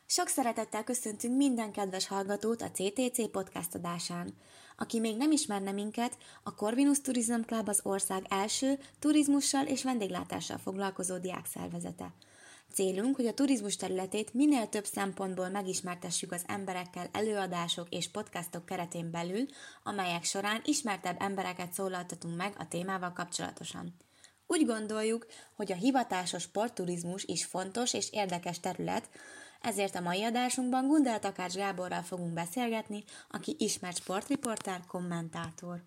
Sok szeretettel köszöntünk minden kedves hallgatót a CTC podcast adásán. Aki még nem ismerne minket, a Corvinus Tourism Club az ország első turizmussal és vendéglátással foglalkozó diákszervezete. Célunk, hogy a turizmus területét minél több szempontból megismertessük az emberekkel előadások és podcastok keretén belül, amelyek során ismertebb embereket szólaltatunk meg a témával kapcsolatosan. Úgy gondoljuk, hogy a hivatásos sportturizmus is fontos és érdekes terület, ezért a mai adásunkban Gundel Takács Gáborral fogunk beszélgetni, aki ismert sportriporter, kommentátor.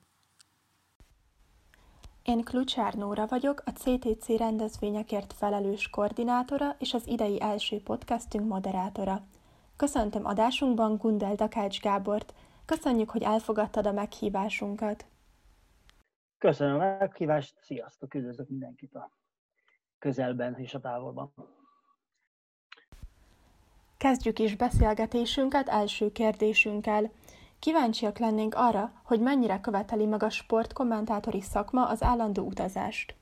Én Klucsár Nóra vagyok, a CTC rendezvényekért felelős koordinátora és az idei első podcastünk moderátora. Köszöntöm adásunkban Gundel Takács Gábort. Köszönjük, hogy elfogadtad a meghívásunkat. Köszönöm a meghívást, sziasztok, üdvözlök mindenkit a közelben és a távolban. Kezdjük is beszélgetésünket első kérdésünkkel. Kíváncsiak lennénk arra, hogy mennyire követeli meg a sportkommentátori szakma az állandó utazást.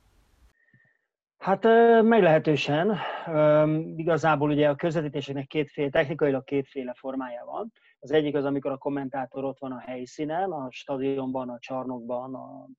Hát meglehetősen. Igazából ugye a közvetítéseknek technikailag kétféle formája van. Az egyik az, amikor a kommentátor ott van a helyszínen, a stadionban, a csarnokban,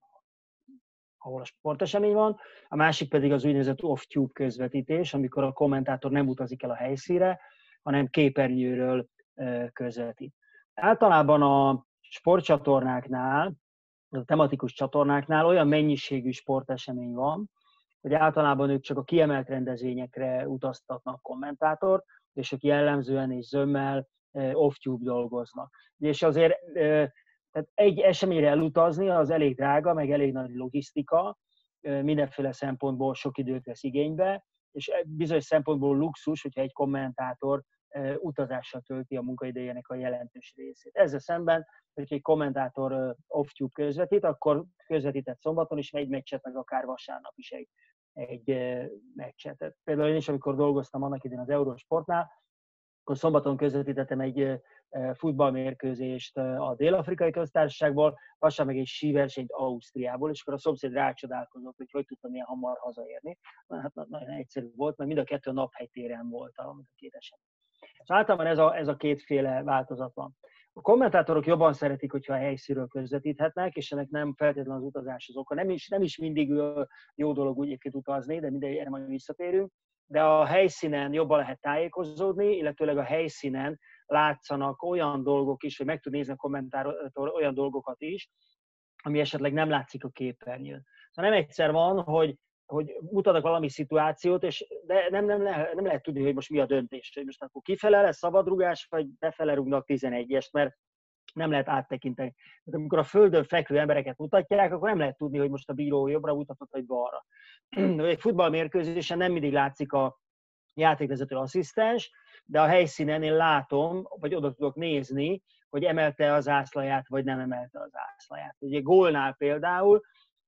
ahol a sportesemény van. A másik pedig az úgynevezett off-tube közvetítés, amikor a kommentátor nem utazik el a helyszínre, hanem képernyőről közvetít. Általában a sportcsatornáknál, a tematikus csatornáknál olyan mennyiségű sportesemény van, hogy általában ők csak a kiemelt rendezvényekre utaztatnak kommentátort, és ők jellemzően és zömmel off-tube dolgoznak. És azért tehát egy eseményre elutazni az elég drága, meg elég nagy logisztika, mindenféle szempontból sok időt vesz igénybe, és bizonyos szempontból luxus, hogyha egy kommentátor utazással tölti a munkaidejének a jelentős részét. Ezzel szemben, hogyha egy kommentátor off-tube közvetít, akkor közvetített szombaton is egy meccset, meg akár vasárnap is egy meccset. Például én is, amikor dolgoztam annak idején az Eurosportnál, akkor szombaton közvetítettem egy futballmérkőzést a Dél-Afrikai Köztársaságból, vasárnap meg egy síversenyt Ausztriából, és akkor a szomszéd rácsodálkozott, hogy tudtam ilyen hamar hazaérni. Hát nagyon egyszerű volt, mert mind a kettő a Naphely-téren volt a két esemény. Szóval általában ez a kétféle változat van. A kommentátorok jobban szeretik, hogyha a helyszínről közvetíthetnek, és ennek nem feltétlenül az utazás az oka. Nem is mindig jó dolog úgy egyébként utazni, de mindegy, erre majd visszatérünk. De a helyszínen jobban lehet tájékozódni, illetőleg a helyszínen látszanak olyan dolgok is, hogy meg tud nézni a kommentátor olyan dolgokat is, ami esetleg nem látszik a képernyőn. Szóval nem egyszer van, hogy mutatnak valami szituációt, de nem lehet tudni, hogy most mi a döntés. Hogy most akkor kifele lesz szabadrugás, vagy befele rúgnak 11-est, mert nem lehet áttekinteni. Tehát amikor a földön fekvő embereket mutatják, akkor nem lehet tudni, hogy most a bíró jobbra mutatott, vagy balra. Egy futballmérkőzésen nem mindig látszik a játékvezető asszisztens, de a helyszínen én látom, vagy oda tudok nézni, hogy emelte a zászlaját, vagy nem emelte a zászlaját. Ugye gólnál például,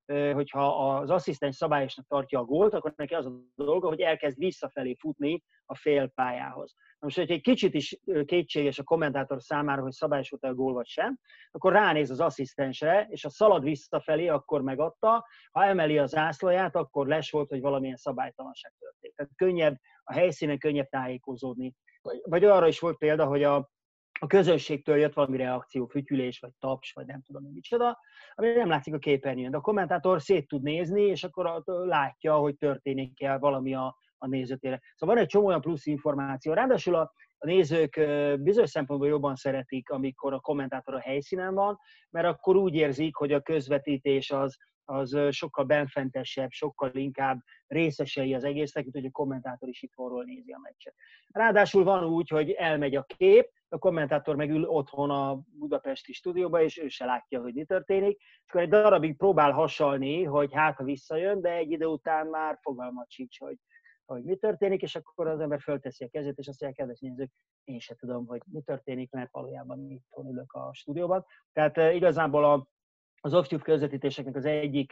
hogyha az asszisztens szabályosnak tartja a gólt, akkor neki az a dolga, hogy elkezd visszafelé futni a félpályához. Most, hogyha egy kicsit is kétséges a kommentátor számára, hogy szabályos volt a gól vagy sem, akkor ránéz az asszisztensre, és ha szalad visszafelé, akkor megadta, ha emeli a zászlaját, akkor les volt, hogy valamilyen szabálytalanság történt. Tehát könnyebb, a helyszínen könnyebb tájékozódni. Vagy arra is volt példa, hogy a közönségtől jött valami reakció, fütyülés, vagy taps, vagy nem tudom, micsoda, ami nem látszik a képernyőn. De a kommentátor szét tud nézni, és akkor látja, hogy történik-e valami a nézőtére. Szóval van egy csomó olyan plusz információ. Ráadásul a nézők bizonyos szempontból jobban szeretik, amikor a kommentátor a helyszínen van, mert akkor úgy érzik, hogy a közvetítés az sokkal benfentesebb, sokkal inkább részesei az egésznek, mint hogy a kommentátor is itthonról nézi a meccset. Ráadásul van úgy, hogy elmegy a kép, a kommentátor megül otthon a budapesti stúdióba, és ő se látja, hogy mi történik. És akkor egy darabig próbál hasalni, hogy hát ha visszajön, de egy idő után már fogalmat sincs, hogy mi történik, és akkor az ember fölteszi a kezét, és azt mondja, kedves nézők, én se tudom, hogy mi történik, mert valójában itthon ülök a stúdióban. Tehát igazából az off-tube közvetítéseknek az egyik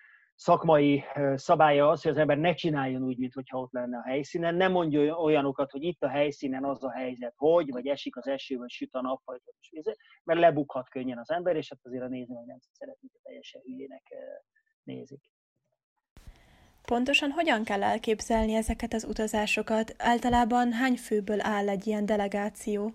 szakmai szabálya az, hogy az ember ne csináljon úgy, mintha ott lenne a helyszínen, ne mondja olyanokat, hogy itt a helyszínen az a helyzet, vagy esik az eső, vagy süt a nap, vagy víz, mert lebukhat könnyen az ember, és hát azért a néző nem szeretnék, hogy teljesen hülyének nézik. Pontosan hogyan kell elképzelni ezeket az utazásokat? Általában hány főből áll egy ilyen delegáció?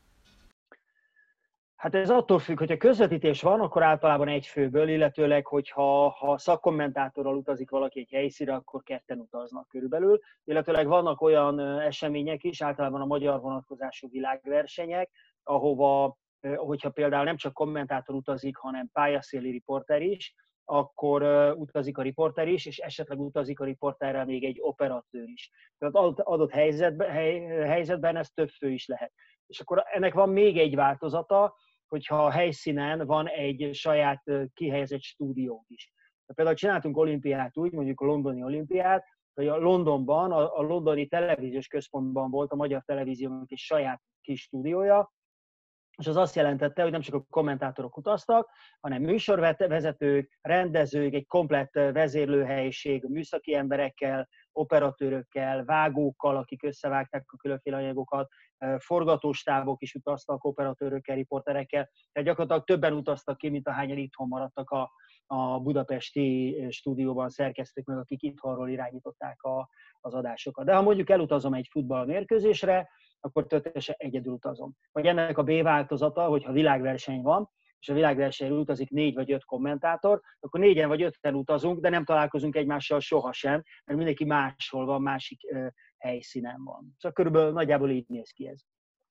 Hát ez attól függ, hogyha közvetítés van, akkor általában egy főből, illetőleg, hogyha szakkommentátorral utazik valaki egy helyszínre, akkor ketten utaznak körülbelül. Illetőleg vannak olyan események is, általában a magyar vonatkozású világversenyek, ahova, hogyha például nem csak kommentátor utazik, hanem pályaszéli riporter is, akkor utazik a riporter is, és esetleg utazik a riporterrel még egy operatőr is. Tehát adott helyzetben ez több fő is lehet. És akkor ennek van még egy változata, hogyha a helyszínen van egy saját kihelyezett stúdió is. Például csináltunk olimpiát úgy, mondjuk a londoni olimpiát, hogy a Londonban, a londoni televíziós központban volt a magyar televíziónak egy saját kis stúdiója, és az azt jelentette, hogy nem csak a kommentátorok utaztak, hanem műsorvezetők, rendezők, egy komplett vezérlőhelység, műszaki emberekkel, operatőrökkel, vágókkal, akik összevágták a különféle anyagokat, forgatóstábok is utaztak, operatőrökkel, riporterekkel, tehát gyakorlatilag többen utaztak ki, mint ahányan itthon maradtak a budapesti stúdióban szerkesztők, meg akik itthonról irányították az adásokat. De ha mondjuk elutazom egy futballmérkőzésre, akkor történetesen egyedül utazom. Vagy ennek a B változata, hogyha világverseny van, és a világversenyre utazik 4 vagy 5 kommentátor, akkor 4-en vagy 5-en utazunk, de nem találkozunk egymással sohasem, mert mindenki máshol van, másik helyszínen van. Szóval körülbelül nagyjából így néz ki ez.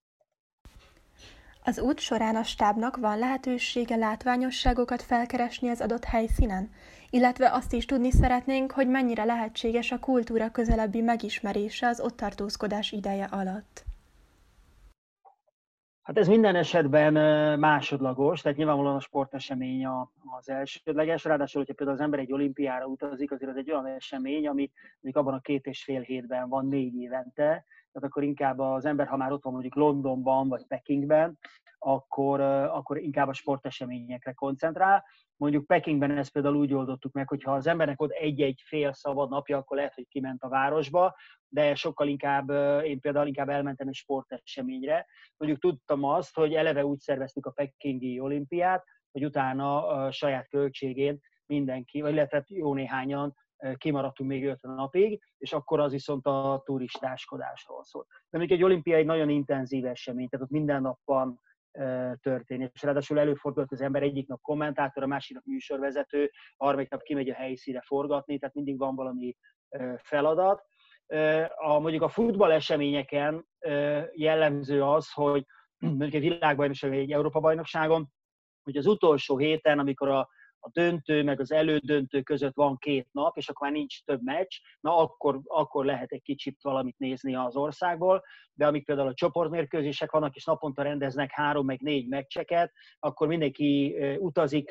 Az út során a stábnak van lehetősége látványosságokat felkeresni az adott helyszínen? Illetve azt is tudni szeretnénk, hogy mennyire lehetséges a kultúra közelebbi megismerése az ott tartózkodás ideje alatt. Hát ez minden esetben másodlagos, tehát nyilvánvalóan a sportesemény az elsődleges, ráadásul, hogyha például az ember egy olimpiára utazik, azért az egy olyan esemény, ami mondjuk abban a 2,5 hétben van 4 évente, tehát akkor inkább az ember, ha már ott van mondjuk Londonban vagy Pekingben, akkor inkább a sporteseményekre koncentrál. Mondjuk Pekingben ezt például úgy oldottuk meg, hogy ha az embernek ott egy-egy fél szabad napja, akkor lehet, hogy kiment a városba, de sokkal inkább, én például inkább elmentem egy sporteseményre. Mondjuk tudtam azt, hogy eleve úgy szerveztük a pekingi olimpiát, hogy utána a saját költségén mindenki, vagy illetve jó néhányan kimaradtunk még 5 napig, és akkor az viszont a turistáskodásról szólt. De még egy olimpia egy nagyon intenzív esemény, tehát ott minden nap van történik. És ráadásul előfordult az ember egyik nap kommentátor, a másik nap műsorvezető, a harmadik nap kimegy a helyszínre forgatni, tehát mindig van valami feladat. Mondjuk a futball eseményeken jellemző az, hogy mondjuk egy világbajnokságon, egy Európa-bajnokságon, hogy az utolsó héten, amikor a döntő meg az elődöntő között van 2 nap, és akkor már nincs több meccs, na akkor lehet egy kicsit valamit nézni az országból, de amik például a csoportmérkőzések vannak, és naponta rendeznek 3 meg 4 meccseket, akkor mindenki utazik,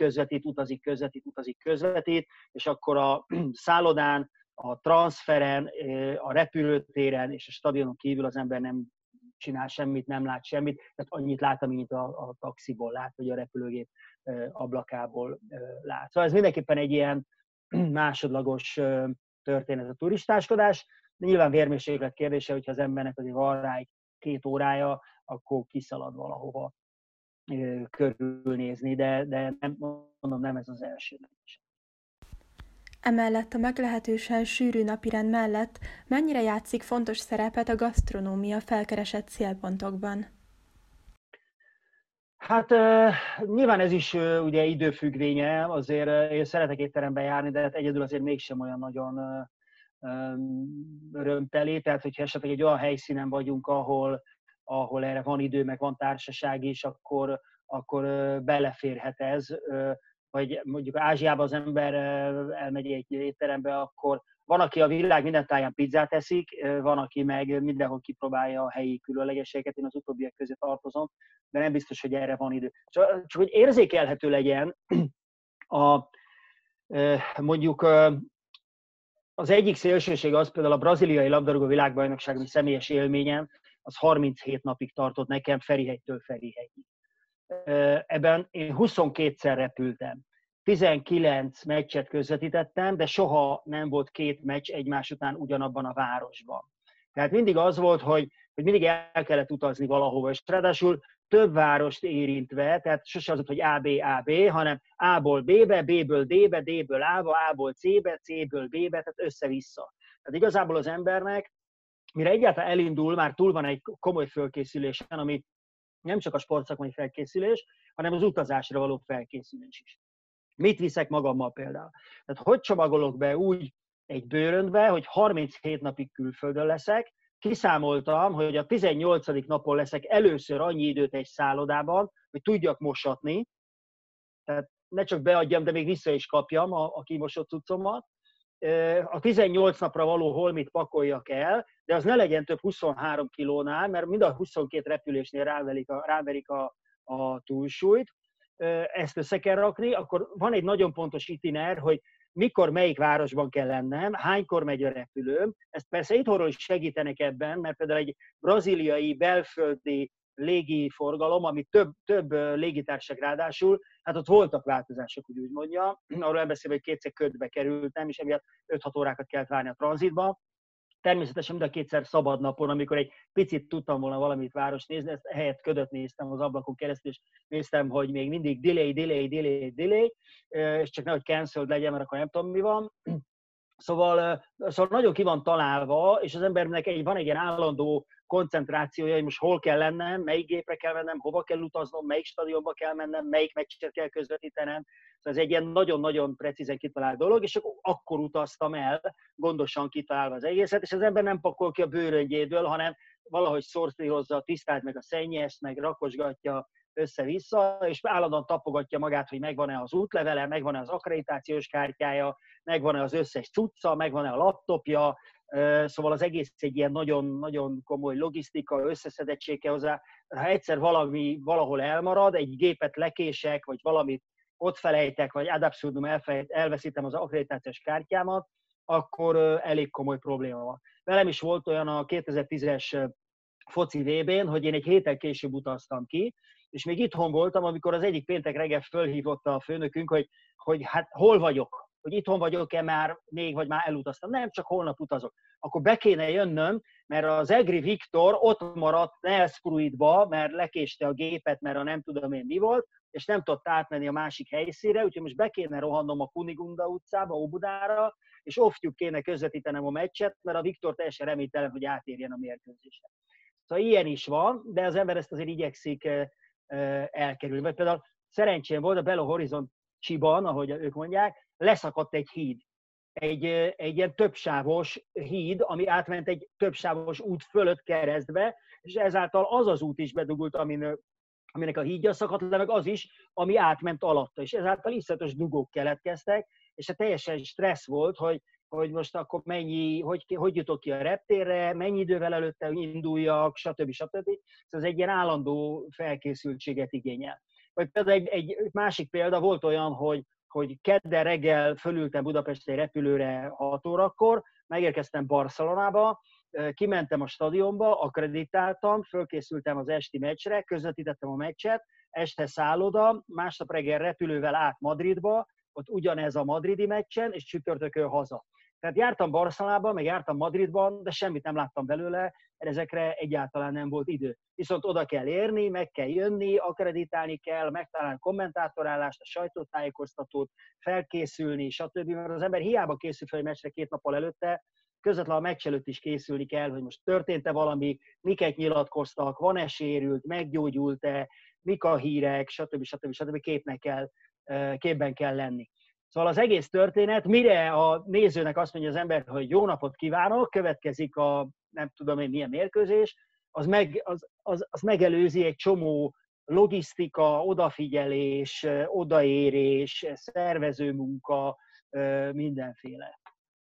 közvetít, és akkor a szállodán, a transferen, a repülőtéren és a stadionon kívül az ember nem csinál semmit, nem lát semmit, tehát annyit lát, amennyit a taxiból lát, vagy a repülőgép ablakából lát. Szóval ez mindenképpen egy ilyen másodlagos történet a turistáskodás, de nyilván vérmérséklet kérdése, hogyha az embernek azért van rá egy 2 órája, akkor kiszalad valahova körülnézni, de nem, mondom, nem ez az első. Emellett a meglehetősen sűrű napirend mellett mennyire játszik fontos szerepet a gasztronómia felkeresett célpontokban? Hát nyilván ez is ugye időfüggvénye, azért én szeretek étterembe járni, de hát egyedül azért mégsem olyan nagyon örömteli, tehát hogyha esetleg egy olyan helyszínen vagyunk, ahol erre van idő, meg van társaság is, akkor beleférhet ez. Vagy mondjuk Ázsiában az ember elmegy egy étterembe, akkor van, aki a világ minden táján pizzát eszik, van, aki meg mindenhol kipróbálja a helyi különlegességeket, én az utóbbiak közé tartozom, de nem biztos, hogy erre van idő. Csak hogy érzékelhető legyen, mondjuk az egyik szélsőség az például a braziliai labdarúgó világbajnokságon személyes élményem, az 37 napig tartott nekem Ferihegytől Ferihegyig. Ebben én 22-szer repültem. 19 meccset közvetítettem, de soha nem volt 2 meccs egymás után ugyanabban a városban. Tehát mindig az volt, hogy mindig el kellett utazni valahova, és ráadásul több várost érintve, tehát sose az, hogy AB, hanem A-ból B-be, B-ből D-be, D-ből A-ba, A-ból C-be, C-ből B-be, tehát össze-vissza. Tehát igazából az embernek, mire egyáltalán elindul, már túl van egy komoly fölkészülésen, ami nem csak a sportszakmai felkészülés, hanem az utazásra való felkészülés is. Mit viszek magammal például? Tehát hogy csomagolok be úgy egy bőröndbe, hogy 37 napig külföldön leszek, kiszámoltam, hogy a 18. napon leszek először annyi időt egy szállodában, hogy tudjak mosatni, tehát ne csak beadjam, de még vissza is kapjam a kimosott cuccomat. A 18 napra való holmit pakoljak el, de az ne legyen több 23 kilónál, mert mind a 22 repülésnél ráverik a túlsúlyt. Ezt össze kell rakni, akkor van egy nagyon pontos itiner, hogy mikor, melyik városban kell lennem, hánykor megy a repülőm. Ezt persze itthonról is segítenek ebben, mert például egy braziliai belföldi légiforgalom, ami több légitársaság ráadásul, hát ott voltak változások, úgy mondja. Arról elbeszélve, hogy kétszer ködbe kerültem, és emiatt 5-6 órákat kellett várni a tranzitba. Természetesen mind a kétszer szabad napon, amikor egy picit tudtam volna valamit város nézni, ezt helyett ködöt néztem az ablakon keresztül, és néztem, hogy még mindig delay, és csak nehogy cancelled legyen, mert akkor nem tudom, mi van. Szóval nagyon ki van találva, és az embernek van egy ilyen állandó koncentrációja, hogy most hol kell lennem, melyik gépre kell mennem, hova kell utaznom, melyik stadionba kell mennem, melyik meccset kell közvetítenem. Szóval ez egy ilyen nagyon-nagyon precízen kitalált dolog, és akkor utaztam el, gondosan kitalálva az egészet, és az ember nem pakol ki a bőröngyéből, hanem valahogy szortírozza, tisztált meg a szennyest, meg rakosgatja össze-vissza, és állandóan tapogatja magát, hogy megvan-e az útlevele, megvan-e az akkreditációs kártyája, megvan-e az összes cucca, megvan-e a laptopja, szóval az egész egy ilyen nagyon-nagyon komoly logisztika, összeszedettség kell hozzá. Ha egyszer valahol elmarad, egy gépet lekések, vagy valamit ott felejtek, vagy ad absurdum elveszítem az akkreditációs kártyámat, akkor elég komoly probléma van. Velem is volt olyan a 2010-es foci VB-n, hogy én egy héttel később utaztam ki, és még itthon voltam, amikor az egyik péntek reggel fölhívott a főnökünk, hogy hát hol vagyok, hogy itthon vagyok-e már még, vagy már elutaztam. Nem, csak holnap utazok. Akkor be kéne jönnöm, mert az Egri Viktor ott maradt Nelspruitba, mert lekéste a gépet, mert a nem tudom én mi volt, és nem tudott átmenni a másik helyszínre, úgyhogy most be kéne rohannom a Kunigunda utcába, Óbudára, és off-tube kéne közvetítenem a meccset, mert a Viktor teljesen reménytelen, hogy átérjen a mérkőzésre. Szóval ilyen is van, de az ember ezt azért igyekszik elkerülni. Vagy például szerencsém volt a Belo Horizonte-ban, ahogy ők mondják, leszakadt egy híd. Egy ilyen többsávos híd, ami átment egy többsávos út fölött keresztbe, és ezáltal az az út is bedugult, aminek a hídja szakadt le, meg az is, ami átment alatta. És ezáltal iszonyatos dugók keletkeztek, és teljesen stressz volt, hogy most akkor hogy jutok ki a reptérre, mennyi idővel előtte induljak, stb. Ez egy ilyen állandó felkészültséget igényel. Vagy például egy másik példa volt olyan, hogy kedden reggel fölültem Budapesti repülőre 6 órakor, megérkeztem Barcelonába, kimentem a stadionba, akkreditáltam, fölkészültem az esti meccsre, közvetítettem a meccset, este szálloda, másnap reggel repülővel át Madridba, ott ugyanez a madridi meccsen, és csütörtökön haza. Tehát jártam Barcelonában, meg jártam Madridban, de semmit nem láttam belőle, mert ezekre egyáltalán nem volt idő. Viszont oda kell érni, meg kell jönni, akkreditálni kell, megtalálni kommentátorállást, a sajtótájékoztatót, felkészülni, stb. Mert az ember hiába készül fel egy meccsre 2 nappal előtte, közvetlenül a meccs előtt is készülni kell, hogy most történt-e valami, miket nyilatkoztak, van-e sérült, meggyógyult-e, mik a hírek, stb. Képben kell lenni. Szóval az egész történet, mire a nézőnek azt mondja az ember, hogy jó napot kívánok, következik a nem tudom én milyen mérkőzés, az megelőzi egy csomó logisztika, odafigyelés, odaérés, szervezőmunka, mindenféle.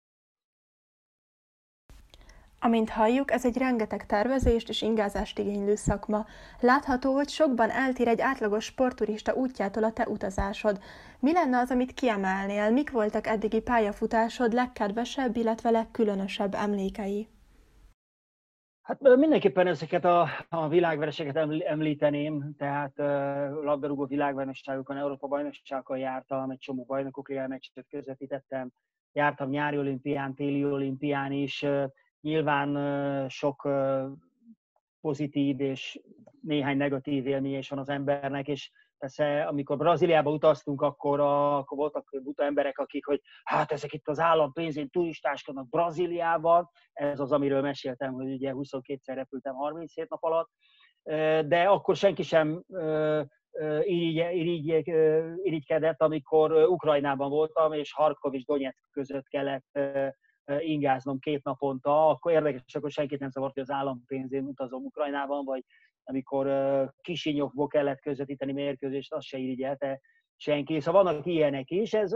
Amint halljuk, ez egy rengeteg tervezést és ingázást igénylő szakma. Látható, hogy sokban eltér egy átlagos sportturista útjától a te utazásod. Mi lenne az, amit kiemelnél? Mik voltak eddigi pályafutásod legkedvesebb, illetve legkülönösebb emlékei? Hát mindenképpen ezeket a világvereseket említeném, tehát labdarúgó világbajnokságokon, Európa-bajnokságokon jártam, egy csomó bajnokok ligámeccset közvetítettem, jártam nyári olimpián, téli olimpián is, nyilván sok pozitív és néhány negatív élménye is van az embernek, és persze, amikor Brazíliába utaztunk, akkor voltak buta emberek, akik, hogy hát ezek itt az állam pénzén turistáskodnak Brazíliában. Ez az, amiről meséltem, hogy ugye 22-szer repültem 37 nap alatt, de akkor senki sem irigykedett, amikor Ukrajnában voltam, és Harkov és Donyeck között kellett ingáznom 2 naponta, akkor érdekes, akkor senkit nem zavart, hogy az állam pénzén utazom Ukrajnában, vagy amikor Kisinyovból kellett közvetíteni mérkőzést, azt se irigyelte senki. Szóval vannak ilyenek is, ez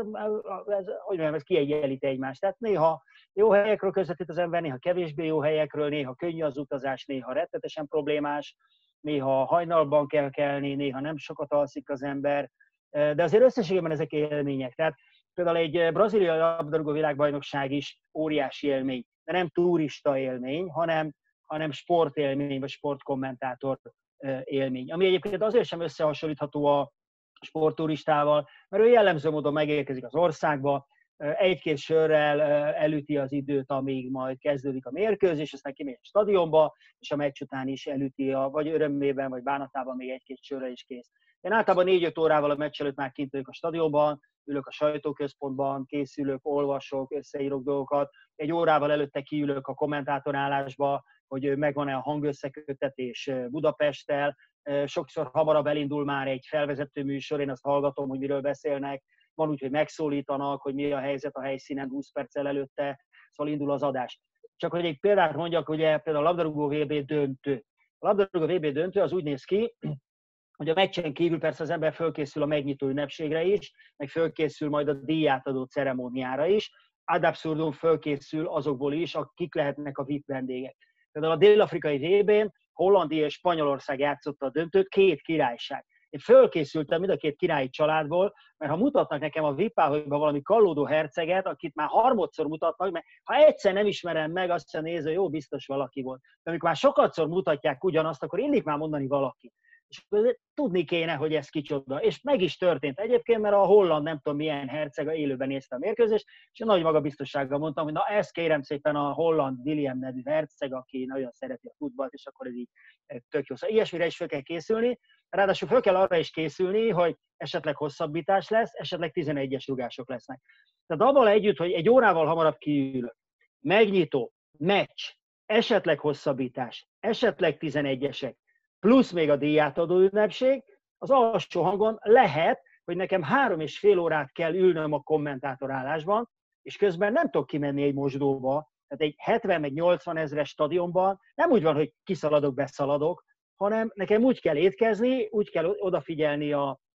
hogy mondjam, ez kiegyenlít egymást. Tehát néha jó helyekről közvetít az ember, néha kevésbé jó helyekről, néha könnyű az utazás, néha rettetesen problémás, néha hajnalban kell kelni, néha nem sokat alszik az ember, de azért összességében ezek élmények. Tehát például egy brazíliai labdarúgó világbajnokság is óriási élmény, de nem turista élmény, hanem sportélmény, vagy sportkommentátor élmény. Ami egyébként azért sem összehasonlítható a sportturistával, mert ő jellemző módon megérkezik az országba, egy-két sörrel elüti az időt, amíg majd kezdődik a mérkőzés, aztán kimegy a stadionba, és a meccs után is elüti, vagy örömében, vagy bánatában még egy-két sörrel is kész. Én általában 4-5 órával a meccs előtt már kint vagyok a stadionban, ülök a sajtóközpontban, készülök, olvasok, összeírok dolgokat. 1 órával előtte kiülök a kommentátorállásba, hogy megvan-e a hangösszeköttetés Budapesttel. Sokszor hamarabb elindul már egy felvezető műsor, én azt hallgatom, hogy miről beszélnek. Van úgy, hogy megszólítanak, hogy mi a helyzet a helyszínen 20 perccel előtte, szóval indul az adás. Csak hogy egy példát mondjak, ugye például a labdarúgó VB döntő. A labdarúgó VB döntő az úgy néz ki, hogy a meccsen kívül persze az ember fölkészül a megnyitó ünnepségre is, meg fölkészül majd a díjátadó ceremóniára is, ad absurdum fölkészül azokból is, akik lehetnek a VIP vendégek. Például a dél-afrikai VB-n Hollandia és Spanyolország játszotta a döntőt, 2 királyság. Én fölkészültem mind a 2 királyi családból, mert ha mutatnak nekem a VIP-áhelyben valami kallódó herceget, akit már harmadszor mutatnak, mert ha egyszer nem ismerem meg, azt sem néző, jó, biztos valaki volt. De amikor már sokatszor mutatják ugyanazt, akkor illik már mondani valaki. És tudni kéne, hogy ez kicsoda. És meg is történt egyébként, mert a holland nem tudom milyen herceg élőben nézte a mérkőzést, és nagy magabiztossággal mondtam, hogy na ezt kérem szépen a holland William nevű herceg, aki nagyon szereti a futballt, és akkor ez így tök jó. Szóval ilyesmire is fel kell készülni, ráadásul fel kell arra is készülni, hogy esetleg hosszabbítás lesz, esetleg 11-es rugások lesznek. Tehát abban együtt, hogy 1 órával hamarabb kiülök, megnyitó, meccs, esetleg hosszabbítás, esetleg 11-esek, plusz még a díjátadó ünnepség, az alsó hangon lehet, hogy nekem 3,5 órát kell ülnöm a kommentátorállásban, és közben nem tudok kimenni egy mosdóba, tehát egy 70 meg 80 ezres stadionban nem úgy van, hogy kiszaladok, beszaladok, hanem nekem úgy kell étkezni, úgy kell odafigyelni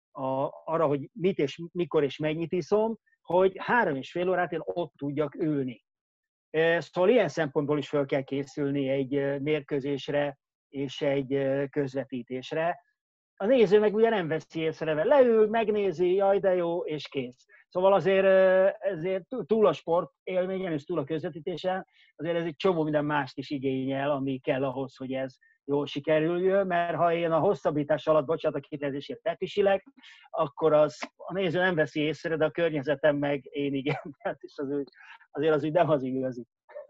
arra, hogy mit és mikor és mennyit iszom, hogy 3,5 órát én ott tudjak ülni. Szóval ilyen szempontból is fel kell készülni egy mérkőzésre és egy közvetítésre. A néző meg ugye nem veszi észre, leül, megnézi, jaj de jó, és kész. Szóval ezért túl a sport élményen és túl a közvetítésen, azért ez egy csomó minden mást is igényel, ami kell ahhoz, hogy ez jól sikerüljön, mert ha én a hosszabbítás alatt, bocsánat, a kifejezésért tepisilek, akkor a néző nem veszi észre, de a környezetem meg én igen. És azért az úgy nem az igazi.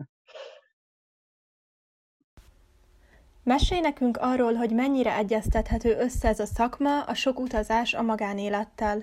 Mesélj nekünk arról, hogy mennyire egyeztethető össze ez a szakma, a sok utazás a magánélettel.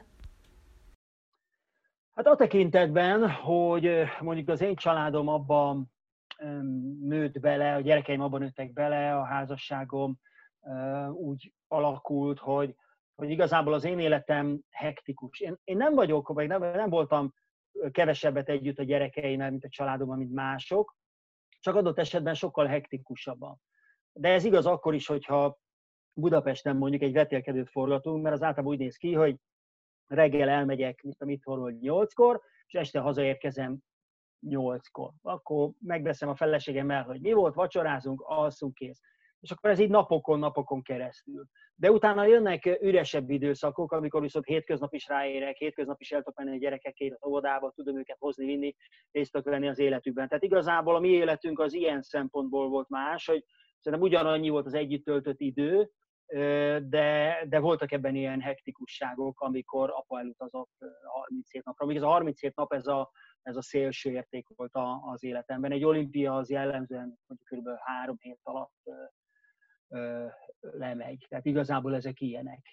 Hát a tekintetben, hogy mondjuk az én családom abban nőtt bele, a gyerekeim abban nőttek bele, a házasságom úgy alakult, hogy igazából az én életem hektikus. Én nem vagyok, vagy nem voltam kevesebbet együtt a gyerekeimmel, mint a családommal, mint mások, csak adott esetben sokkal hektikusabban. De ez igaz akkor is, hogyha Budapesten mondjuk egy vetélkedőt forgatunk, mert az általában úgy néz ki, hogy reggel elmegyek itthonról 8-kor, és este hazaérkezem 8-kor. Akkor megbeszélem a feleségemmel, hogy mi volt, vacsorázunk, alszunk, kész. És akkor ez így napokon keresztül. De utána jönnek üresebb időszakok, amikor viszont hétköznap is ráérek, hétköznap is el tudok menni a gyerekekért az óvodába, tudom őket hozni, vinni, részt tudok venni az életükben. Tehát igazából a mi életünk az ilyen szempontból volt más, hogy szerintem ugyanannyi volt az együtt töltött idő, de voltak ebben ilyen hektikusságok, amikor apa elutazott 37 napra. Még ez a 37 nap, ez a szélső érték volt az életemben. Egy olimpia az jellemzően mondjuk kb. 3 hét alatt lemegy. Tehát igazából ezek ilyenek.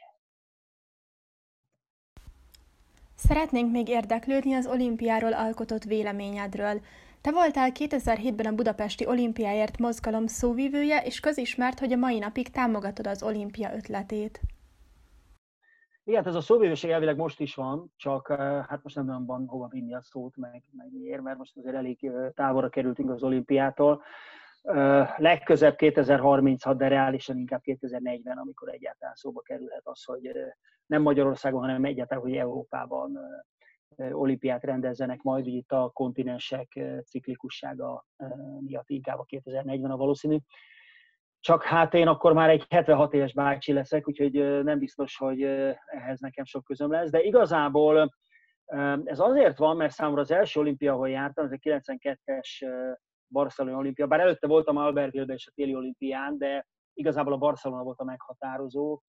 Szeretnénk még érdeklődni az olimpiáról alkotott véleményedről. Te voltál 2007-ben a Budapesti Olimpiáért mozgalom szóvivője, és közismert, hogy a mai napig támogatod az olimpia ötletét. Igen, ez a szóvivőség elvileg most is van, csak hát most nem van hova vinni a szót, meg miért, mert most azért elég távolra kerültünk az olimpiától. Legközebb 2036, de reálisan inkább 2040, amikor egyáltalán szóba kerülhet az, hogy nem Magyarországon, hanem egyáltalán, hogy Európában olimpiát rendezzenek majd, úgy itt a kontinensek ciklikussága miatt inkább a 2040 a valószínű. Csak hát én akkor már egy 76 éves bácsi leszek, úgyhogy nem biztos, hogy ehhez nekem sok közöm lesz, de igazából ez azért van, mert számomra az első olimpia, ahol jártam, ez a 92-es Barcelona olimpia, bár előtte voltam Albertville-ben és a téli olimpián, de igazából a Barcelona volt a meghatározó.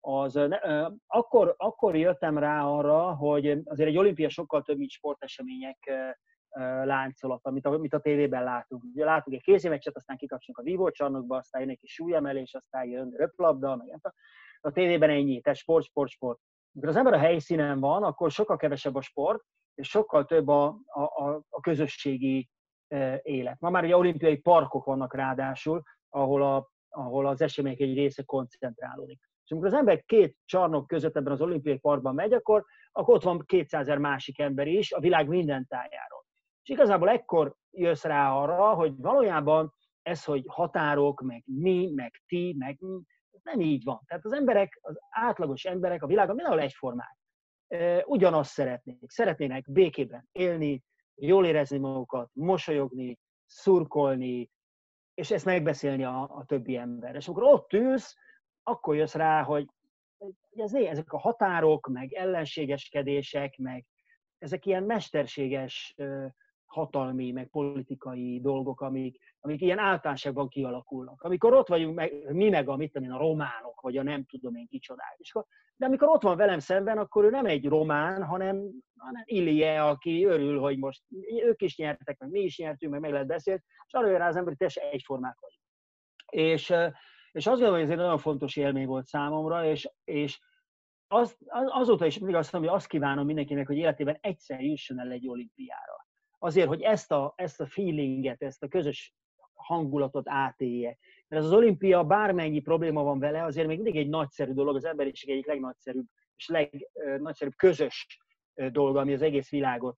Akkor jöttem rá arra, hogy azért egy olimpia sokkal több, mint sportesemények láncolat, amit a tévében látunk. Ugye látunk egy kézimeccset, aztán kikapcsolunk a vívócsarnokba, aztán jön egy kis súlyemelés, aztán jön röplabda, meg a tévében ennyi, tehát sport. Amikor az ember a helyszínen van, akkor sokkal kevesebb a sport, és sokkal több a közösségi élet. Ma már ugye olimpiai parkok vannak ráadásul, ahol az események egy része koncentrálódik. És amikor az ember két csarnok között ebben az olimpiai parkban megy, akkor ott van 200 000 másik ember is a világ minden tájáról. És igazából ekkor jössz rá arra, hogy valójában ez, hogy határok, meg mi, meg ti, meg mi, nem így van. Tehát az emberek, az átlagos emberek a világon mindenhol egyformák. Ugyanazt szeretnének békében élni, jól érezni magukat, mosolyogni, szurkolni, és ezt megbeszélni a többi ember. És amikor ott ülsz, akkor jössz rá, hogy ezek a határok, meg ellenségeskedések, meg ezek ilyen mesterséges hatalmi, meg politikai dolgok, amik ilyen általánosságban kialakulnak. Amikor ott vagyunk, mi meg a románok, vagy a nem tudom én kicsodák. De amikor ott van velem szemben, akkor ő nem egy román, hanem Ilie, aki örül, hogy most ők is nyertek, meg mi is nyertünk, meg lehet beszélni, és arra jön rá az ember, hogy teljesen egyformák vagyunk. És azt gondolom, hogy ez egy nagyon fontos élmény volt számomra, és azóta is mindig azt mondom, hogy azt kívánom mindenkinek, hogy életében egyszer jusson el egy olimpiára. Azért, hogy ezt a feelinget, ezt a közös hangulatot átélje. Mert az olimpia, bármennyi probléma van vele, azért még mindig egy nagyszerű dolog, az emberiség egyik legnagyszerűbb és legnagyszerűbb közös dolga, ami az egész világot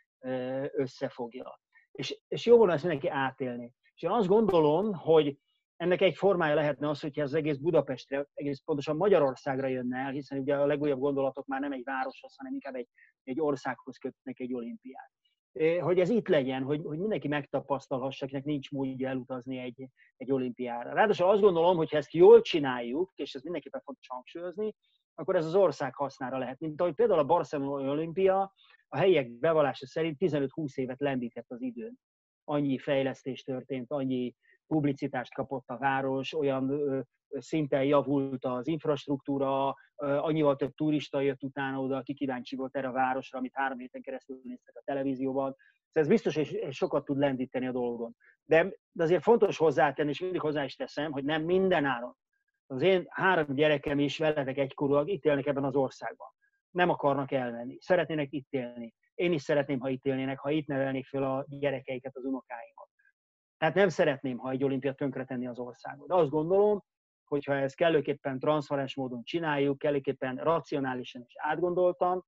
összefogja. És jó volna ezt mindenki átélni. És én azt gondolom, hogy ennek egy formája lehetne az, hogyha az egész Budapestre, egész pontosan Magyarországra jönne el, hiszen ugye a legújabb gondolatok már nem egy városhoz, hanem inkább egy országhoz kötnek egy olimpiát. Hogy ez itt legyen, hogy mindenki megtapasztalhassa, akinek nincs módja elutazni egy olimpiára. Ráadásul azt gondolom, hogy ha ezt jól csináljuk, és ez mindenképpen fontos hangsúlyozni, akkor ez az ország hasznára lehet. Mint ahogy például a Barcelona olimpia a helyiek bevallása szerint 15-20 évet lendített az időn. Annyi fejlesztés történt, annyi publicitást kapott a város, olyan szinten javult az infrastruktúra, annyival több turista jött utána oda, aki kíváncsi volt erre a városra, amit 3 héten keresztül néztek a televízióban. Ez biztos, hogy sokat tud lendíteni a dolgon. De azért fontos hozzátenni, és mindig hozzá is teszem, hogy nem minden áron. Az én 3 gyerekem is veletek egykorúak itt élnek ebben az országban. Nem akarnak elmenni, szeretnének itt élni. Én is szeretném, ha itt élnének, ha itt nevelnék fel a gyerekeiket, az unokáimat. Tehát nem szeretném, ha egy olimpia tönkretenni az országot. De azt gondolom, hogyha ezt kellőképpen transzparens módon csináljuk, kellőképpen racionálisan és átgondoltan,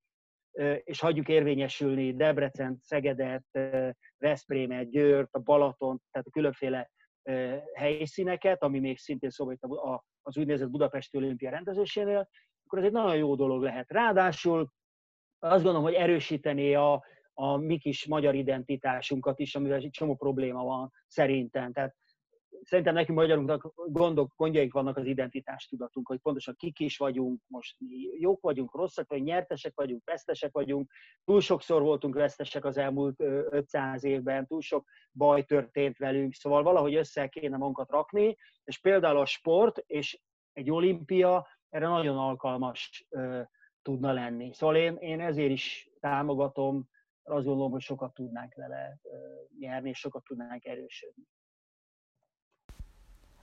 és hagyjuk érvényesülni Debrecent, Szegedet, Veszprémet, Győrt, a Balatont, tehát a különféle helyszíneket, ami még szintén szóval az úgynevezett Budapesti Olimpia rendezésénél, akkor ez egy nagyon jó dolog lehet. Ráadásul azt gondolom, hogy erősítené a mi kis magyar identitásunkat is, amivel egy csomó probléma van szerintem. Tehát szerintem nekünk magyarunknak gondjaink vannak az identitástudatunk, hogy pontosan kik is vagyunk, most jók vagyunk, rosszak vagyunk, nyertesek vagyunk, vesztesek vagyunk. Túl sokszor voltunk vesztesek az elmúlt 500 évben, túl sok baj történt velünk, szóval valahogy össze kéne magunkat rakni, és például a sport és egy olimpia erre nagyon alkalmas tudna lenni. Szóval én ezért is támogatom, azt gondolom, hogy sokat tudnánk vele nyerni, és sokat tudnánk erősödni.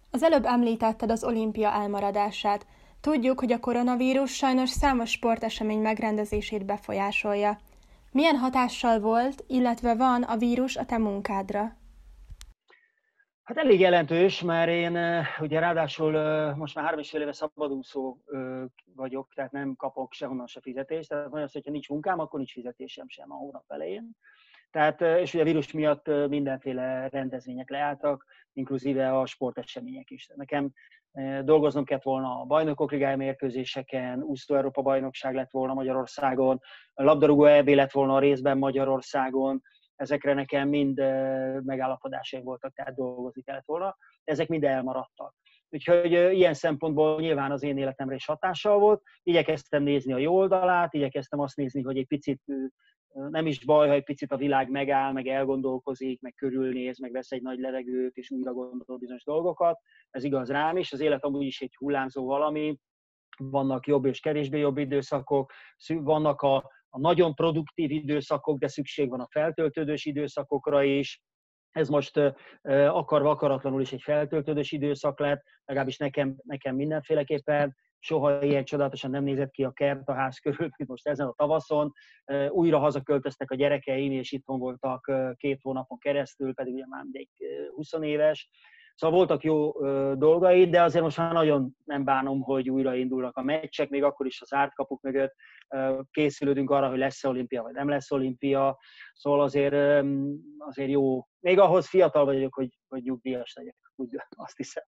Az előbb említetted az olimpia elmaradását. Tudjuk, hogy a koronavírus sajnos számos sportesemény megrendezését befolyásolja. Milyen hatással volt, illetve van a vírus a te munkádra? Hát elég jelentős, mert én ugye ráadásul most már 3,5 éve szabadúszó vagyok, tehát nem kapok sehonnan se fizetést. Tehát nagyon, hogyha nincs munkám, akkor nincs fizetésem sem a hónap elején. Tehát, és ugye a vírus miatt mindenféle rendezvények leálltak, inkluzíve a sportesemények is. Nekem dolgoznom kellett volna a bajnokok ligája mérkőzéseken, úszó Európa bajnokság lett volna Magyarországon, labdarúgó EB lett volna a részben Magyarországon, ezekre nekem mind megállapodásaim voltak, tehát dolgozni kellett volna. Ezek mind elmaradtak. Úgyhogy ilyen szempontból nyilván az én életemre is hatással volt. Igyekeztem nézni a jó oldalát, igyekeztem azt nézni, hogy egy picit nem is baj, ha egy picit a világ megáll, meg elgondolkozik, meg körülnéz, meg vesz egy nagy levegőt, és újra gondol bizonyos dolgokat. Ez igaz rám is, az élet amúgy is egy hullámzó valami, vannak jobb és kevésbé jobb időszakok, vannak a nagyon produktív időszakok, de szükség van a feltöltődős időszakokra is. Ez most akarva akaratlanul is egy feltöltődős időszak lett, legalábbis nekem mindenféleképpen. Soha ilyen csodálatosan nem nézett ki a kert a ház körül, mint most ezen a tavaszon. Újra hazaköltöztek a gyerekeim, és itthon voltak 2 hónapon keresztül, pedig ugye már mindegy 20 éves. Szóval voltak jó dolgai, de azért most már nagyon nem bánom, hogy újraindulnak a meccsek, még akkor is az zárt kapuk mögött készülődünk arra, hogy lesz-e olimpia, vagy nem lesz olimpia. Szóval azért jó. Még ahhoz fiatal vagyok, hogy nyugdíjas legyek, úgy azt hiszem.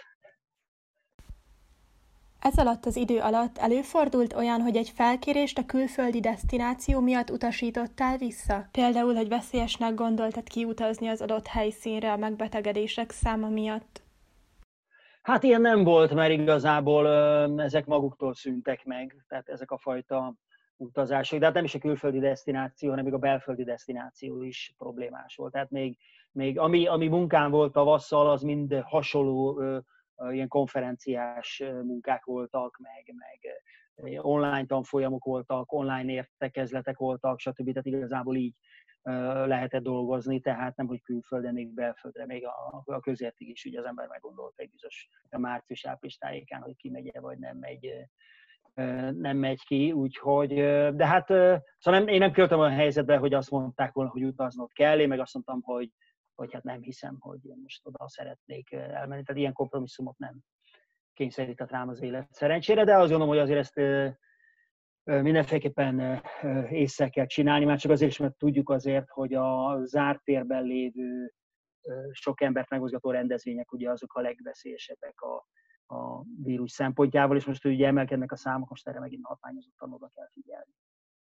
Ez alatt az idő alatt előfordult olyan, hogy egy felkérést a külföldi desztináció miatt utasítottál vissza? Például, hogy veszélyesnek gondoltad kiutazni az adott helyszínre a megbetegedések száma miatt? Hát ilyen nem volt, mert igazából ezek maguktól szűntek meg, tehát ezek a fajta utazások, de hát nem is a külföldi desztináció, hanem még a belföldi desztináció is problémás volt. Tehát még ami munkám volt tavasszal, az mind hasonló ilyen konferenciás munkák voltak, meg online tanfolyamok voltak, online értekezletek voltak, stb. Tehát igazából így lehetett dolgozni, tehát nem, hogy külföldön, még belföldre, még a közértig is ugye az ember meggondolt egy bizonyos a március-április tájékán, hogy ki vagy nem megy ki, úgyhogy, de hát szóval én nem kerültem olyan helyzetbe, hogy azt mondták volna, hogy utaznod kell, én meg azt mondtam, hogy hát nem hiszem, hogy én most oda szeretnék elmenni, tehát ilyen kompromisszumot nem kényszerített rám az élet szerencsére, de azt gondolom, hogy azért ezt mindenféleképpen észre kell csinálni, már csak azért is, mert tudjuk azért, hogy a zárt térben lévő sok embert megmozgató rendezvények ugye azok a legveszélyesebbek a vírus szempontjából, és most ugye emelkednek a számok, most erre megint hatványozottan oda kell figyelni.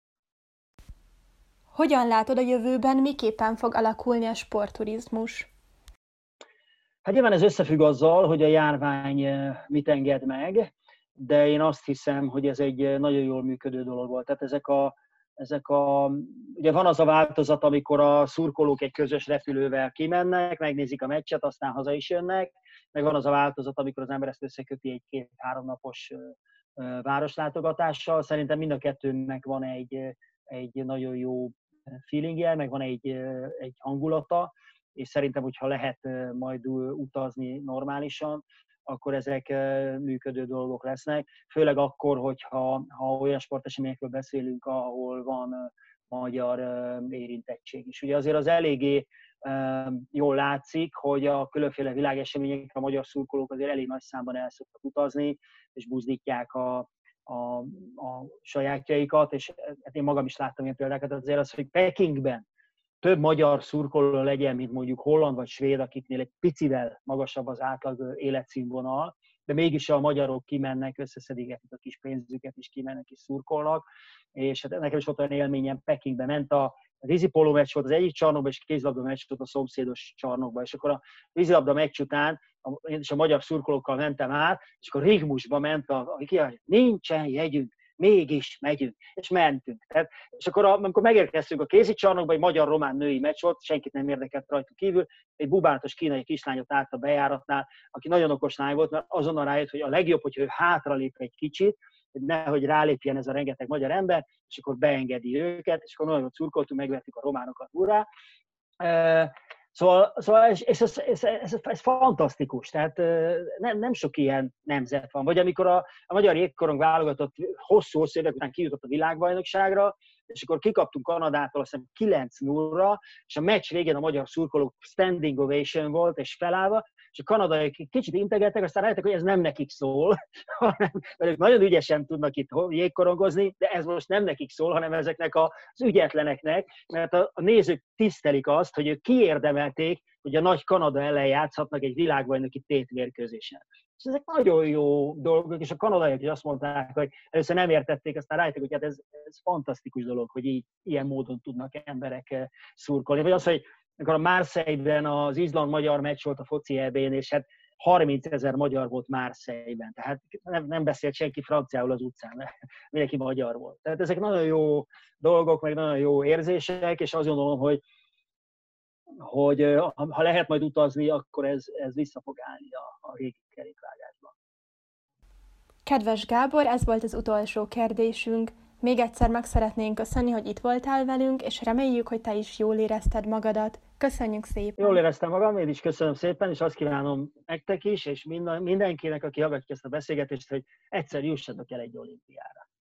Hogyan látod a jövőben, miképpen fog alakulni a sportturizmus? Hát nyilván ez összefügg azzal, hogy a járvány mit enged meg, de én azt hiszem, hogy ez egy nagyon jól működő dolog volt. Tehát ugye van az a változat, amikor a szurkolók egy közös repülővel kimennek, megnézik a meccset, aztán haza is jönnek, meg van az a változat, amikor az ember ezt összeköti egy 2-3 napos városlátogatással. Szerintem mind a kettőnek van egy nagyon jó feelingje, meg van egy hangulata, és szerintem, hogyha lehet majd utazni normálisan, akkor ezek működő dolgok lesznek. Főleg akkor, hogyha olyan sporteseményekről beszélünk, ahol van magyar érintettség is. Ugye azért az eléggé jól látszik, hogy a különféle világeseményekre a magyar szurkolók azért elég nagy számban el szoktak utazni, és buzdítják a sajátjaikat, és én magam is láttam ilyen példákat, azért az, hogy Pekingben több magyar szurkoló legyen, mint mondjuk holland vagy svéd, akiknél egy picivel magasabb az átlag életszínvonal, de mégis a magyarok kimennek, összeszedik a kis pénzüket, és kimennek és szurkolnak. És hát nekem is volt olyan élményem, Pekingbe ment a vízipóló meccs volt az egyik csarnokban, és kézilabda meccs volt a szomszédos csarnokban. És akkor a vízilabda meccs után én is a magyar szurkolókkal mentem át, és akkor rigmusba ment, nincsen jegyünk, mégis megyünk, és mentünk. Tehát, és akkor amikor megérkeztünk a kézicsarnokba, egy magyar-román női meccs volt, senkit nem érdekelt rajtuk kívül, egy bubánatos kínai kislányot állt a bejáratnál, aki nagyon okos lány volt, mert azonnal rájött, hogy a legjobb, hogyha ő hátralép egy kicsit, hogy nehogy rálépjen ez a rengeteg magyar ember, és akkor beengedi őket, és akkor nagyon szurkoltunk, megvertük a románokat, urrá. Szóval és ez fantasztikus, tehát nem sok ilyen nemzet van. Vagy amikor a magyar jégkorong válogatott hosszú évek után kijutott a világbajnokságra, és akkor kikaptunk Kanadától, azt hiszem 9-0-ra, és a meccs végén a magyar szurkolók standing ovation volt, és felállva, és a kanadaiak kicsit integettek, aztán rájöttek, hogy ez nem nekik szól, hanem ők nagyon ügyesen tudnak itt jégkorongozni, de ez most nem nekik szól, hanem ezeknek az ügyetleneknek, mert a nézők tisztelik azt, hogy ők kiérdemelték, hogy a nagy Kanada ellen játszhatnak egy világbajnoki tétmérkőzésen. És ezek nagyon jó dolgok, és a kanadaiak is azt mondták, hogy először nem értették, aztán rájöttek, hogy hát ez fantasztikus dolog, hogy ilyen módon tudnak emberek szurkolni. Vagy az, hogy amikor a Marseille-ben az Izland-magyar meccs volt a foci EB-n, és hát 30 000 magyar volt Marseille-ben, tehát nem beszélt senki franciául az utcán, mert mindenki magyar volt. Tehát ezek nagyon jó dolgok, meg nagyon jó érzések, és azt gondolom, hogy ha lehet majd utazni, akkor ez vissza fog állni a régi kerékvágásban. Kedves Gábor, ez volt az utolsó kérdésünk. Még egyszer meg szeretnénk köszönni, hogy itt voltál velünk, és reméljük, hogy te is jól érezted magadat. Köszönjük szépen! Jól éreztem magam, én is köszönöm szépen, és azt kívánom nektek is, és mindenkinek, aki hallgatja ezt a beszélgetést, hogy egyszer jussatok el egy olimpiára.